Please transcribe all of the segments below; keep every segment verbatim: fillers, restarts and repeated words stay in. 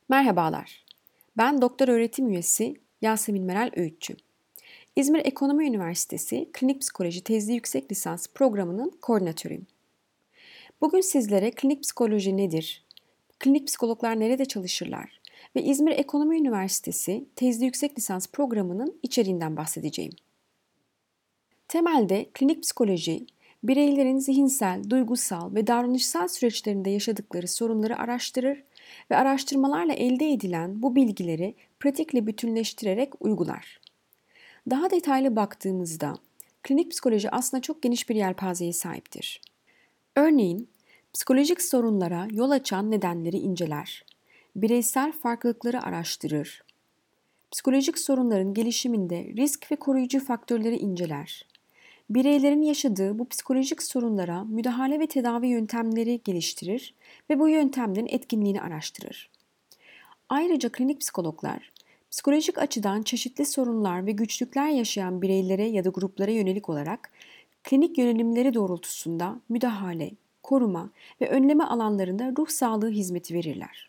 Merhabalar, ben doktor öğretim üyesi Yasemin Meral Öğütçü. İzmir Ekonomi Üniversitesi Klinik Psikoloji Tezli Yüksek Lisans Programı'nın koordinatörüyüm. Bugün sizlere klinik psikoloji nedir, klinik psikologlar nerede çalışırlar ve İzmir Ekonomi Üniversitesi Tezli Yüksek Lisans Programı'nın içeriğinden bahsedeceğim. Temelde klinik psikoloji, bireylerin zihinsel, duygusal ve davranışsal süreçlerinde yaşadıkları sorunları araştırır ve araştırmalarla elde edilen bu bilgileri pratikle bütünleştirerek uygular. Daha detaylı baktığımızda, klinik psikoloji aslında çok geniş bir yelpazeye sahiptir. Örneğin, psikolojik sorunlara yol açan nedenleri inceler, bireysel farklılıkları araştırır, psikolojik sorunların gelişiminde risk ve koruyucu faktörleri inceler, bireylerin yaşadığı bu psikolojik sorunlara müdahale ve tedavi yöntemleri geliştirir ve bu yöntemlerin etkinliğini araştırır. Ayrıca klinik psikologlar, psikolojik açıdan çeşitli sorunlar ve güçlükler yaşayan bireylere ya da gruplara yönelik olarak klinik yönelimleri doğrultusunda müdahale, koruma ve önleme alanlarında ruh sağlığı hizmeti verirler.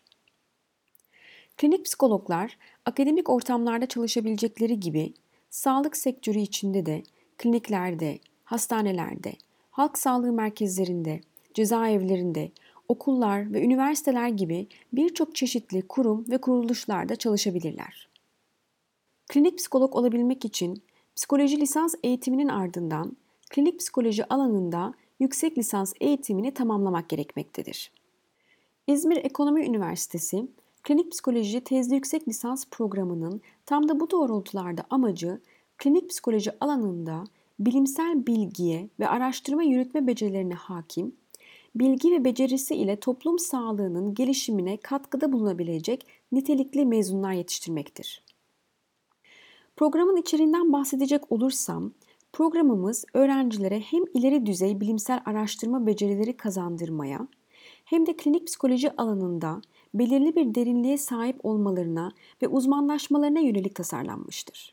Klinik psikologlar, akademik ortamlarda çalışabilecekleri gibi sağlık sektörü içinde de kliniklerde, hastanelerde, halk sağlığı merkezlerinde, cezaevlerinde, okullar ve üniversiteler gibi birçok çeşitli kurum ve kuruluşlarda çalışabilirler. Klinik psikolog olabilmek için psikoloji lisans eğitiminin ardından klinik psikoloji alanında yüksek lisans eğitimini tamamlamak gerekmektedir. İzmir Ekonomi Üniversitesi Klinik Psikoloji Tezli Yüksek Lisans Programı'nın tam da bu doğrultularda amacı klinik psikoloji alanında bilimsel bilgiye ve araştırma yürütme becerilerine hakim, bilgi ve becerisi ile toplum sağlığının gelişimine katkıda bulunabilecek nitelikli mezunlar yetiştirmektir. Programın içeriğinden bahsedecek olursam, programımız öğrencilere hem ileri düzey bilimsel araştırma becerileri kazandırmaya, hem de klinik psikoloji alanında belirli bir derinliğe sahip olmalarına ve uzmanlaşmalarına yönelik tasarlanmıştır.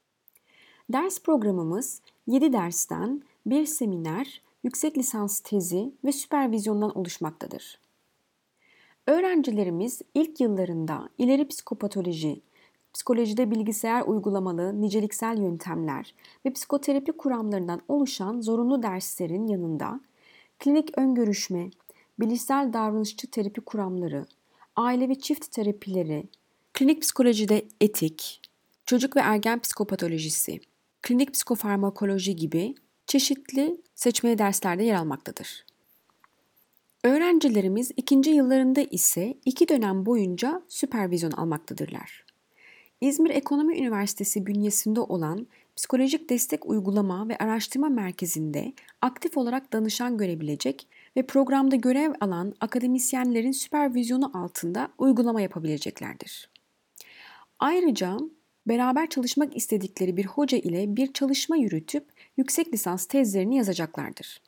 Ders programımız yedi dersten bir seminer, yüksek lisans tezi ve süpervizyondan oluşmaktadır. Öğrencilerimiz ilk yıllarında ileri psikopatoloji, psikolojide bilgisayar uygulamalı niceliksel yöntemler ve psikoterapi kuramlarından oluşan zorunlu derslerin yanında klinik öngörüşme, bilişsel davranışçı terapi kuramları, aile ve çift terapileri, klinik psikolojide etik, çocuk ve ergen psikopatolojisi, klinik psikofarmakoloji gibi çeşitli seçmeli derslerde yer almaktadır. Öğrencilerimiz ikinci yıllarında ise iki dönem boyunca süpervizyon almaktadırlar. İzmir Ekonomi Üniversitesi bünyesinde olan Psikolojik Destek Uygulama ve Araştırma Merkezi'nde aktif olarak danışan görebilecek ve programda görev alan akademisyenlerin süpervizyonu altında uygulama yapabileceklerdir. Ayrıca beraber çalışmak istedikleri bir hoca ile bir çalışma yürütüp yüksek lisans tezlerini yazacaklardır.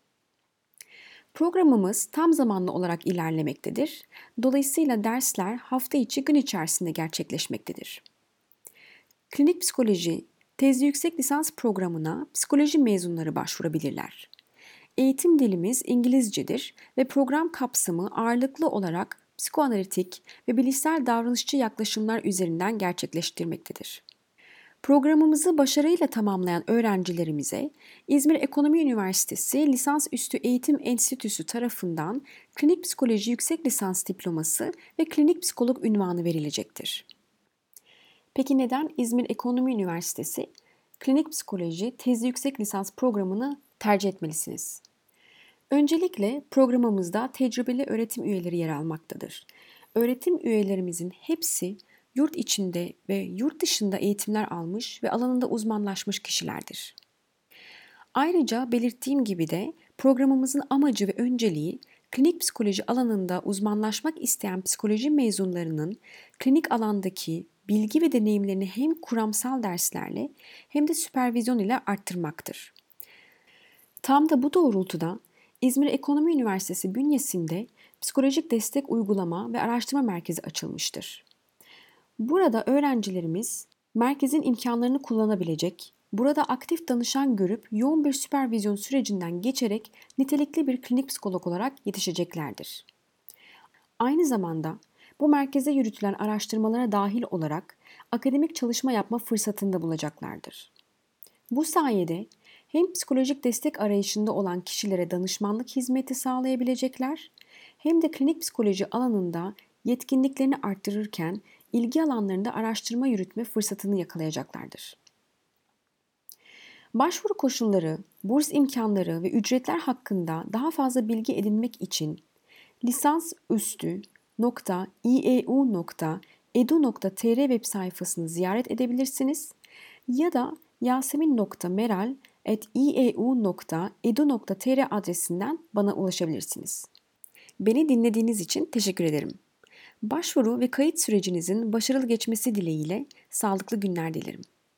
Programımız tam zamanlı olarak ilerlemektedir. Dolayısıyla dersler hafta içi gün içerisinde gerçekleşmektedir. Klinik psikoloji, tezli yüksek lisans programına psikoloji mezunları başvurabilirler. Eğitim dilimiz İngilizcedir ve program kapsamı ağırlıklı olarak psikoanalitik ve bilişsel davranışçı yaklaşımlar üzerinden gerçekleştirmektedir. Programımızı başarıyla tamamlayan öğrencilerimize İzmir Ekonomi Üniversitesi Lisansüstü Eğitim Enstitüsü tarafından Klinik Psikoloji Yüksek Lisans Diploması ve Klinik Psikolog unvanı verilecektir. Peki neden İzmir Ekonomi Üniversitesi Klinik Psikoloji Tezli Yüksek Lisans programını tercih etmelisiniz? Öncelikle programımızda tecrübeli öğretim üyeleri yer almaktadır. Öğretim üyelerimizin hepsi yurt içinde ve yurt dışında eğitimler almış ve alanında uzmanlaşmış kişilerdir. Ayrıca belirttiğim gibi de programımızın amacı ve önceliği klinik psikoloji alanında uzmanlaşmak isteyen psikoloji mezunlarının klinik alandaki bilgi ve deneyimlerini hem kuramsal derslerle hem de süpervizyon ile arttırmaktır. Tam da bu doğrultuda İzmir Ekonomi Üniversitesi bünyesinde Psikolojik Destek Uygulama ve Araştırma Merkezi açılmıştır. Burada öğrencilerimiz merkezin imkanlarını kullanabilecek, burada aktif danışan görüp yoğun bir süpervizyon sürecinden geçerek nitelikli bir klinik psikolog olarak yetişeceklerdir. Aynı zamanda bu merkeze yürütülen araştırmalara dahil olarak akademik çalışma yapma fırsatında bulacaklardır. Bu sayede hem psikolojik destek arayışında olan kişilere danışmanlık hizmeti sağlayabilecekler, hem de klinik psikoloji alanında yetkinliklerini arttırırken ilgi alanlarında araştırma yürütme fırsatını yakalayacaklardır. Başvuru koşulları, burs imkanları ve ücretler hakkında daha fazla bilgi edinmek için lisansüstü.ieu.edu.tr web sayfasını ziyaret edebilirsiniz ya da yasemin nokta meral at ieu nokta edu nokta tr adresinden bana ulaşabilirsiniz. Beni dinlediğiniz için teşekkür ederim. Başvuru ve kayıt sürecinizin başarılı geçmesi dileğiyle sağlıklı günler dilerim.